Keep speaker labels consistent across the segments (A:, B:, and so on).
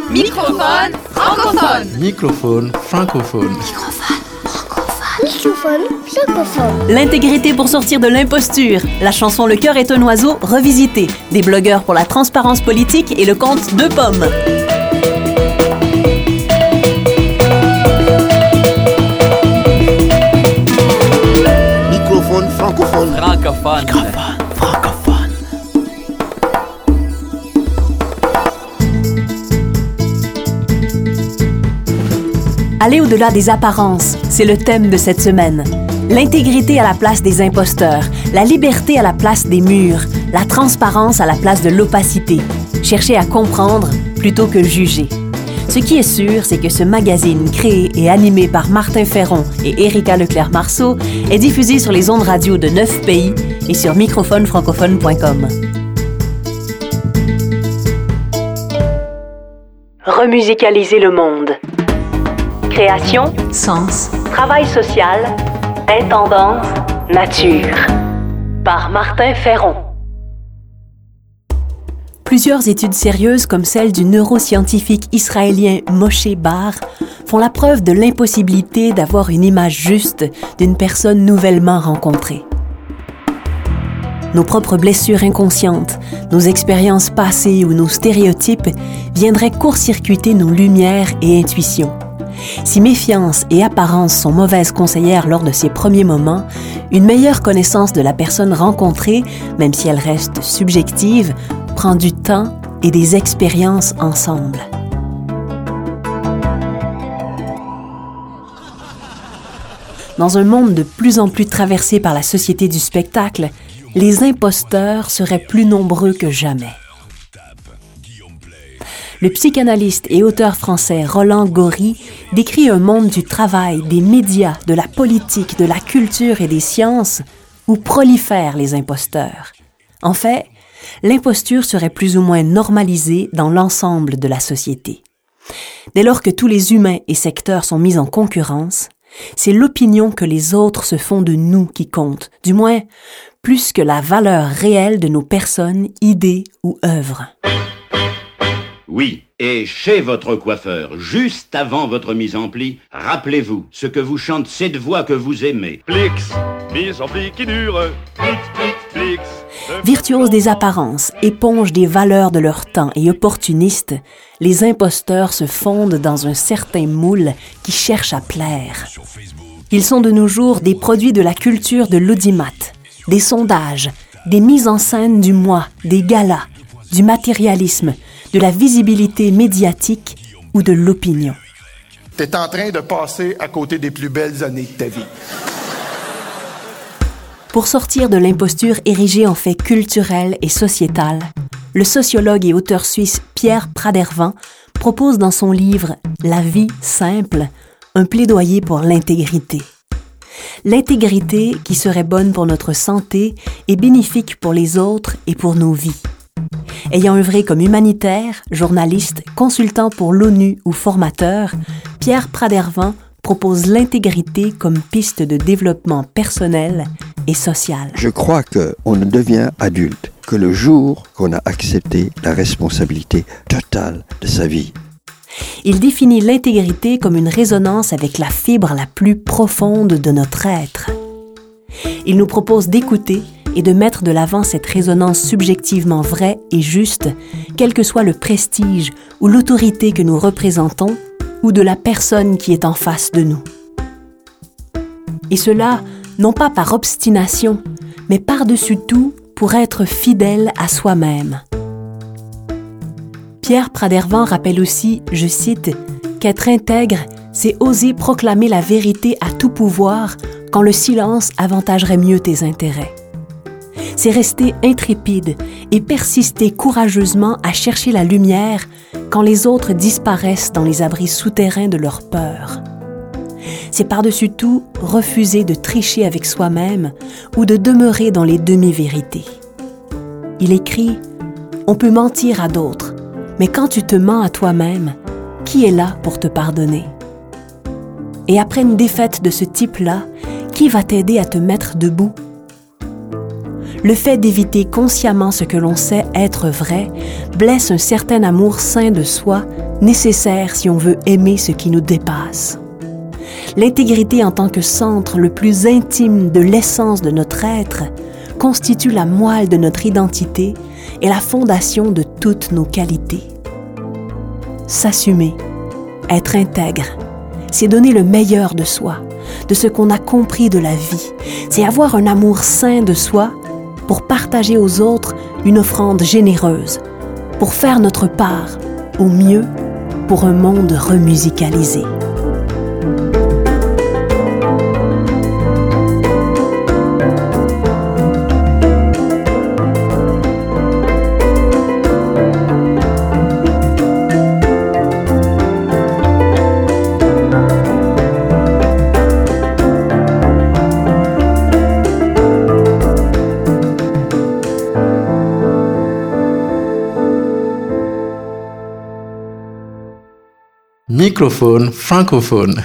A: Microphone francophone.
B: Microphone francophone.
C: Microphone francophone.
D: L'intégrité pour sortir de l'imposture. La chanson Le cœur est un oiseau, revisitée. Des blogueurs pour la transparence politique et le conte Deux pommes.
C: Microphone francophone.
A: Francophone.
B: Francophone.
D: Aller au-delà des apparences, c'est le thème de cette semaine. L'intégrité à la place des imposteurs, la liberté à la place des murs, la transparence à la place de l'opacité. Chercher à comprendre plutôt que juger. Ce qui est sûr, c'est que ce magazine, créé et animé par Martin Ferron et Erika Leclerc-Marceau, est diffusé sur les ondes radio de 9 pays et sur microphonefrancophone.com. Remusicaliser le monde. Création, sens, travail social, intendance, nature. Par Martin Ferron. Plusieurs études sérieuses comme celle du neuroscientifique israélien Moshe Bar font la preuve de l'impossibilité d'avoir une image juste d'une personne nouvellement rencontrée. Nos propres blessures inconscientes, nos expériences passées ou nos stéréotypes viendraient court-circuiter nos lumières et intuitions. Si méfiance et apparence sont mauvaises conseillères lors de ces premiers moments, une meilleure connaissance de la personne rencontrée, même si elle reste subjective, prend du temps et des expériences ensemble. Dans un monde de plus en plus traversé par la société du spectacle, les imposteurs seraient plus nombreux que jamais. Le psychanalyste et auteur français Roland Gori décrit un monde du travail, des médias, de la politique, de la culture et des sciences où prolifèrent les imposteurs. En fait, l'imposture serait plus ou moins normalisée dans l'ensemble de la société. Dès lors que tous les humains et secteurs sont mis en concurrence, c'est l'opinion que les autres se font de nous qui compte, du moins plus que la valeur réelle de nos personnes, idées ou œuvres.
E: Oui, et chez votre coiffeur, juste avant votre mise en pli, rappelez-vous, ce que vous chante cette voix que vous aimez.
F: Plix, mise en pli qui dure. Plix, plix, plix.
D: Virtuoses des apparences, éponges des valeurs de leur temps et opportunistes, les imposteurs se fondent dans un certain moule qui cherche à plaire. Ils sont de nos jours des produits de la culture de l'audimat, des sondages, des mises en scène du moi, des galas, du matérialisme, de la visibilité médiatique ou de l'opinion.
G: T'es en train de passer à côté des plus belles années de ta vie.
D: Pour sortir de l'imposture érigée en fait culturel et sociétal, le sociologue et auteur suisse Pierre Pradervan propose dans son livre « La vie simple » un plaidoyer pour l'intégrité. L'intégrité qui serait bonne pour notre santé et bénéfique pour les autres et pour nos vies. Ayant œuvré comme humanitaire, journaliste, consultant pour l'ONU ou formateur, Pierre Pradervan propose l'intégrité comme piste de développement personnel et social.
H: Je crois qu'on ne devient adulte que le jour qu'on a accepté la responsabilité totale de sa vie.
D: Il définit l'intégrité comme une résonance avec la fibre la plus profonde de notre être. Il nous propose d'écouter et de mettre de l'avant cette résonance subjectivement vraie et juste, quel que soit le prestige ou l'autorité que nous représentons ou de la personne qui est en face de nous. Et cela, non pas par obstination, mais par-dessus tout pour être fidèle à soi-même. Pierre Pradervan rappelle aussi, je cite, qu'être intègre, c'est oser proclamer la vérité à tout pouvoir quand le silence avantagerait mieux tes intérêts. C'est rester intrépide et persister courageusement à chercher la lumière quand les autres disparaissent dans les abris souterrains de leur peur. C'est par-dessus tout refuser de tricher avec soi-même ou de demeurer dans les demi-vérités. Il écrit « On peut mentir à d'autres, mais quand tu te mens à toi-même, qui est là pour te pardonner? » Et après une défaite de ce type-là, qui va t'aider à te mettre debout? Le fait d'éviter consciemment ce que l'on sait être vrai blesse un certain amour sain de soi nécessaire si on veut aimer ce qui nous dépasse. L'intégrité en tant que centre le plus intime de l'essence de notre être constitue la moelle de notre identité et la fondation de toutes nos qualités. S'assumer, être intègre, c'est donner le meilleur de soi, de ce qu'on a compris de la vie. C'est avoir un amour sain de soi pour partager aux autres une offrande généreuse, pour faire notre part, au mieux, pour un monde remusicalisé.
B: Microphone francophone.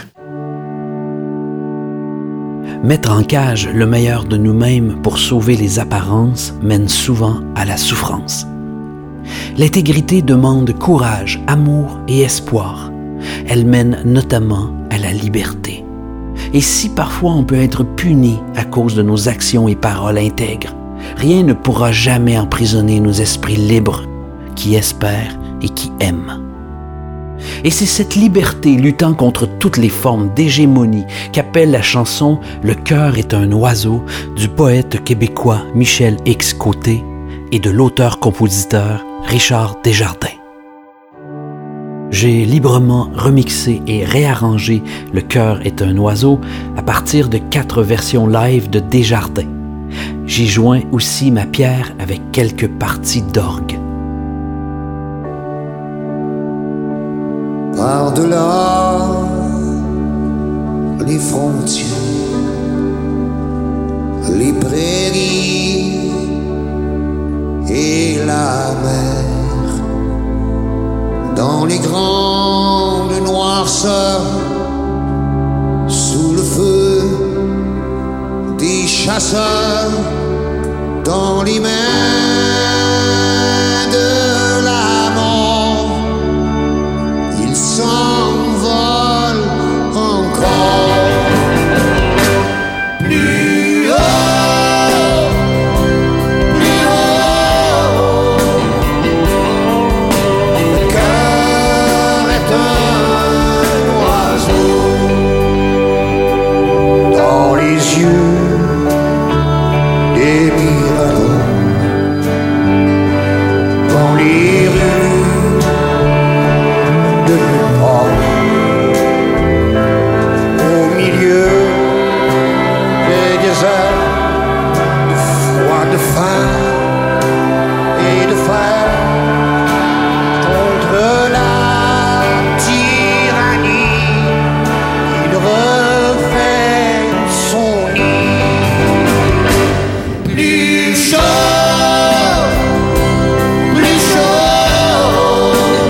I: Mettre en cage le meilleur de nous-mêmes pour sauver les apparences mène souvent à la souffrance. L'intégrité demande courage, amour et espoir. Elle mène notamment à la liberté. Et si parfois on peut être puni à cause de nos actions et paroles intègres, rien ne pourra jamais emprisonner nos esprits libres qui espèrent et qui aiment. Et c'est cette liberté luttant contre toutes les formes d'hégémonie qu'appelle la chanson « Le cœur est un oiseau » du poète québécois Michel X Côté et de l'auteur-compositeur Richard Desjardins. J'ai librement remixé et réarrangé « Le cœur est un oiseau » à partir de 4 versions live de Desjardins. J'y joins aussi ma pierre avec quelques parties d'orgue.
J: Par-delà les frontières, les prairies et la mer, dans les grandes noirceurs, sous le feu des chasseurs, dans les mains de la mort, ils s'envolent encore. Plus haut, plus haut, le cœur est un oiseau. Dans les yeux des mirabeaux, dans les rues de nulle part, au milieu des déserts, de froid, de faim et de fer, contre la tyrannie, il refait son nid. Plus chaud, plus chaud,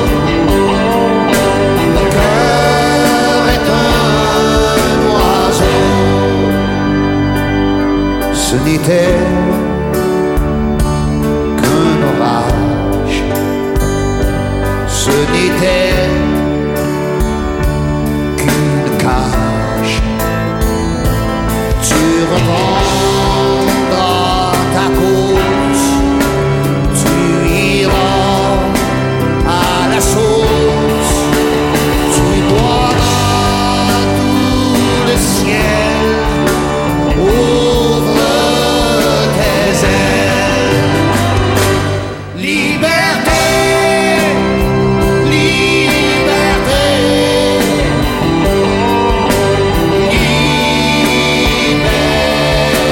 J: le cœur est un oiseau. Ce n'était qu'un orage, ce n'était qu'une cage. Tu reprendras ta cause, tu iras à la source, tu boiras tout le ciel, ouvre tes ailes. Liberté, liberté, liberté.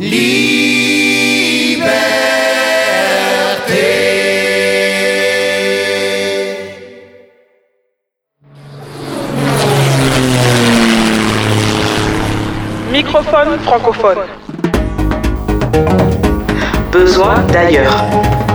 K: Microphone francophone.
L: Besoin d'ailleurs.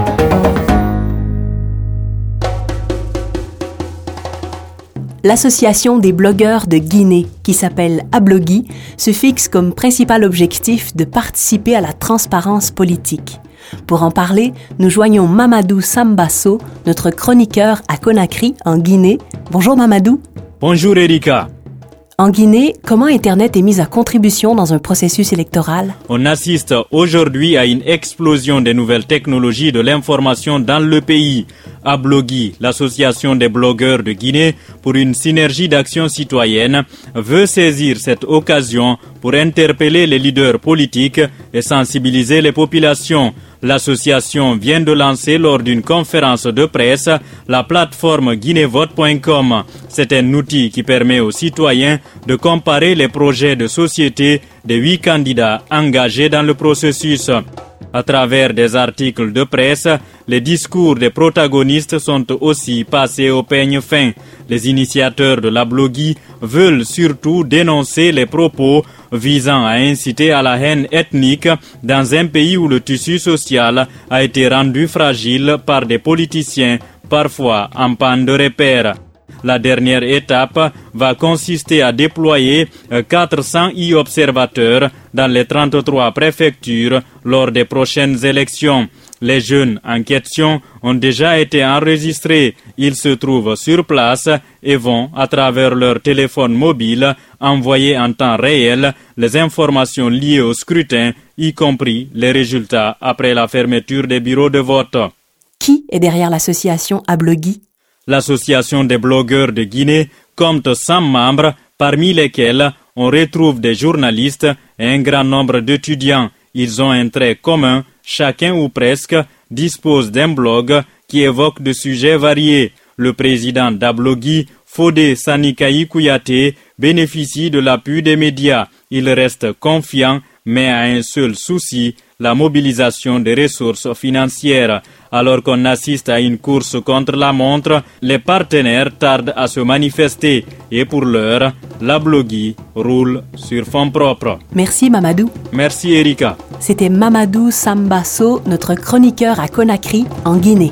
D: L'Association des blogueurs de Guinée, qui s'appelle Ablogi, se fixe comme principal objectif de participer à la transparence politique. Pour en parler, nous joignons Mamadou Sambasso, notre chroniqueur à Conakry, en Guinée. Bonjour Mamadou.
M: Bonjour Erika.
D: En Guinée, comment Internet est mis à contribution dans un processus électoral?
M: On assiste aujourd'hui à une explosion des nouvelles technologies de l'information dans le pays. Ablogi, l'association des blogueurs de Guinée pour une synergie d'action citoyenne, veut saisir cette occasion pour interpeller les leaders politiques et sensibiliser les populations. L'association vient de lancer lors d'une conférence de presse la plateforme guinévote.com. C'est un outil qui permet aux citoyens de comparer les projets de société des 8 candidats engagés dans le processus. À travers des articles de presse, les discours des protagonistes sont aussi passés au peigne fin. Les initiateurs de l'Ablogi veulent surtout dénoncer les propos visant à inciter à la haine ethnique dans un pays où le tissu social a été rendu fragile par des politiciens, parfois en panne de repères. La dernière étape va consister à déployer 400 e-observateurs dans les 33 préfectures lors des prochaines élections. Les jeunes en question ont déjà été enregistrés. Ils se trouvent sur place et vont, à travers leur téléphone mobile, envoyer en temps réel les informations liées au scrutin, y compris les résultats après la fermeture des bureaux de vote.
D: Qui est derrière l'association Ablogi?
M: L'association des blogueurs de Guinée compte 100 membres, parmi lesquels on retrouve des journalistes et un grand nombre d'étudiants. Ils ont un trait commun, chacun ou presque dispose d'un blog qui évoque de sujets variés. Le président d'Ablogi, Fodé Sanikaï Kouyaté, bénéficie de l'appui des médias. Il reste confiant, mais a un seul souci, la mobilisation des ressources financières. Alors qu'on assiste à une course contre la montre, les partenaires tardent à se manifester. Et pour l'heure, l'Ablogi roule sur fonds propres.
D: Merci Mamadou.
M: Merci Erika.
D: C'était Mamadou Sambasso, notre chroniqueur à Conakry, en Guinée.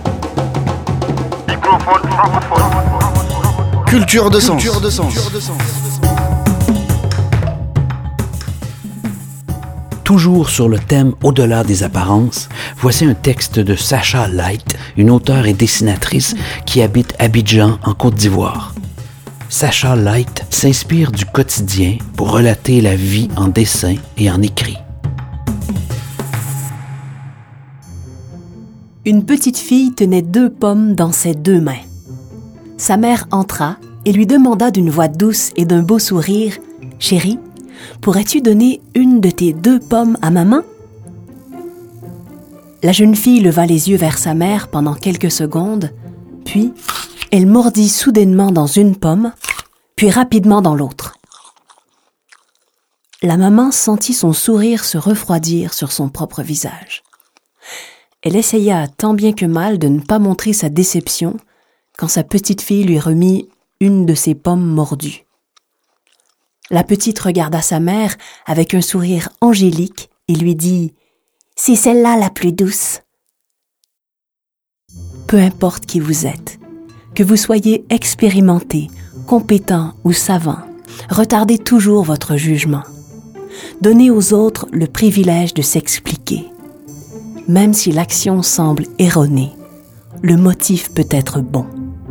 N: Culture de sens.
I: Toujours sur le thème Au-delà des apparences, voici un texte de Sacha Light, une auteure et dessinatrice qui habite Abidjan, en Côte d'Ivoire. Sacha Light s'inspire du quotidien pour relater la vie en dessin et en écrit.
D: Une petite fille tenait 2 pommes dans ses 2 mains. Sa mère entra et lui demanda d'une voix douce et d'un beau sourire « Chérie, pourrais-tu donner une de tes 2 pommes à maman ?» La jeune fille leva les yeux vers sa mère pendant quelques secondes, puis elle mordit soudainement dans une pomme, puis rapidement dans l'autre. La maman sentit son sourire se refroidir sur son propre visage. Elle essaya tant bien que mal de ne pas montrer sa déception quand sa petite fille lui remit une de ses pommes mordues. La petite regarda sa mère avec un sourire angélique et lui dit « C'est celle-là la plus douce. » Peu importe qui vous êtes, que vous soyez expérimenté, compétent ou savant, retardez toujours votre jugement. Donnez aux autres le privilège de s'expliquer. Même si l'action semble erronée, le motif peut être bon.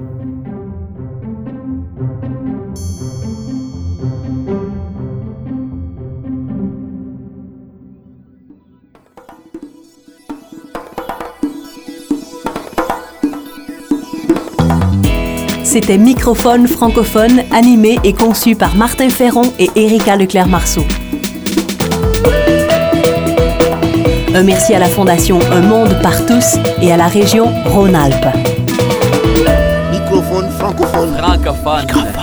D: C'était Microphone francophone, animé et conçu par Martin Ferron et Erika Leclerc-Marceau. Un merci à la Fondation Un Monde par tous et à la région Rhône-Alpes.
N: Microphone francophone.
A: Francophone.